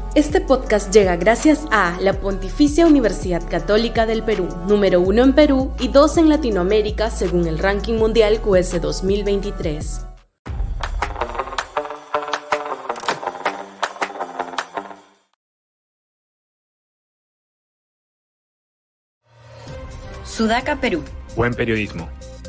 Este podcast llega gracias a la Pontificia Universidad Católica del Perú, número 1 en Perú y 2 en Latinoamérica según el ranking mundial QS 2023. Sudaca, Perú. Buen periodismo.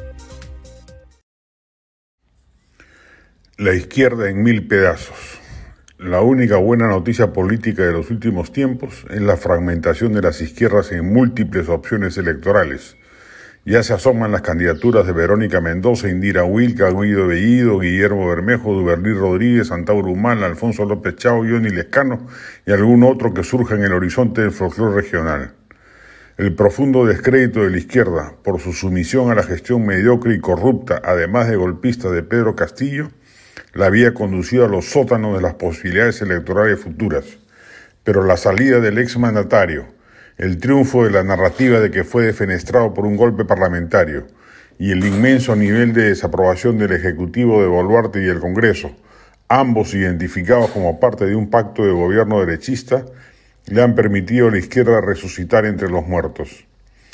La izquierda en 1000 pedazos. La única buena noticia política de los últimos tiempos es la fragmentación de las izquierdas en múltiples opciones electorales. Ya se asoman las candidaturas de Verónica Mendoza, Indira Wilca, Guido Bellido, Guillermo Bermejo, Duverní Rodríguez, Antauro Humala, Alfonso López Chao, Johnny Lescano y algún otro que surja en el horizonte del folclore regional. El profundo descrédito de la izquierda por su sumisión a la gestión mediocre y corrupta, además de golpista de Pedro Castillo, la había conducido a los sótanos de las posibilidades electorales futuras. Pero la salida del exmandatario, el triunfo de la narrativa de que fue defenestrado por un golpe parlamentario y el inmenso nivel de desaprobación del Ejecutivo de Boluarte y el Congreso, ambos identificados como parte de un pacto de gobierno derechista, le han permitido a la izquierda resucitar entre los muertos.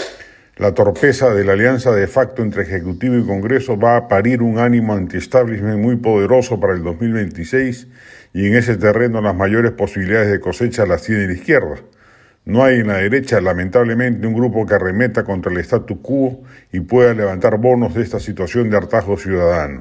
La torpeza de la alianza de facto entre Ejecutivo y Congreso va a parir un ánimo anti-establishment muy poderoso para el 2026 y en ese terreno las mayores posibilidades de cosecha las tiene la izquierda. No hay en la derecha, lamentablemente, un grupo que arremeta contra el statu quo y pueda levantar bonos de esta situación de hartazgo ciudadano.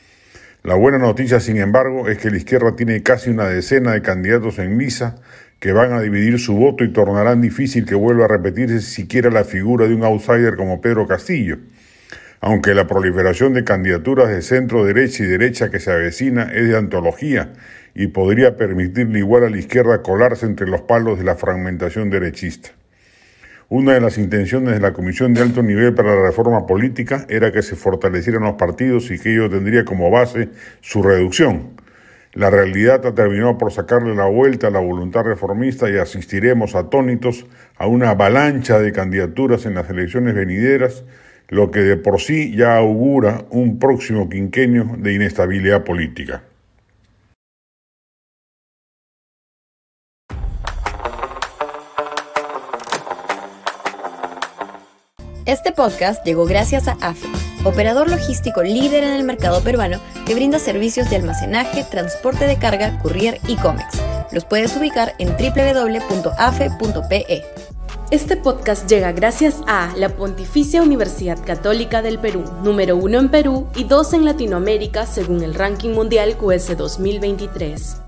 La buena noticia, sin embargo, es que la izquierda tiene casi una decena de candidatos en lisa que van a dividir su voto y tornarán difícil que vuelva a repetirse siquiera la figura de un outsider como Pedro Castillo, aunque la proliferación de candidaturas de centro-derecha y derecha que se avecina es de antología y podría permitirle igual a la izquierda colarse entre los palos de la fragmentación derechista. Una de las intenciones de la Comisión de Alto Nivel para la Reforma Política era que se fortalecieran los partidos y que ello tendría como base su reducción. La realidad ha terminado por sacarle la vuelta a la voluntad reformista y asistiremos atónitos a una avalancha de candidaturas en las elecciones venideras, lo que de por sí ya augura un próximo quinquenio de inestabilidad política. Este podcast llegó gracias a AFE, operador logístico líder en el mercado peruano que brinda servicios de almacenaje, transporte de carga, courier y cómics. Los puedes ubicar en www.afe.pe. Este podcast llega gracias a la Pontificia Universidad Católica del Perú, número 1 en Perú y 2 en Latinoamérica según el ranking mundial QS 2023.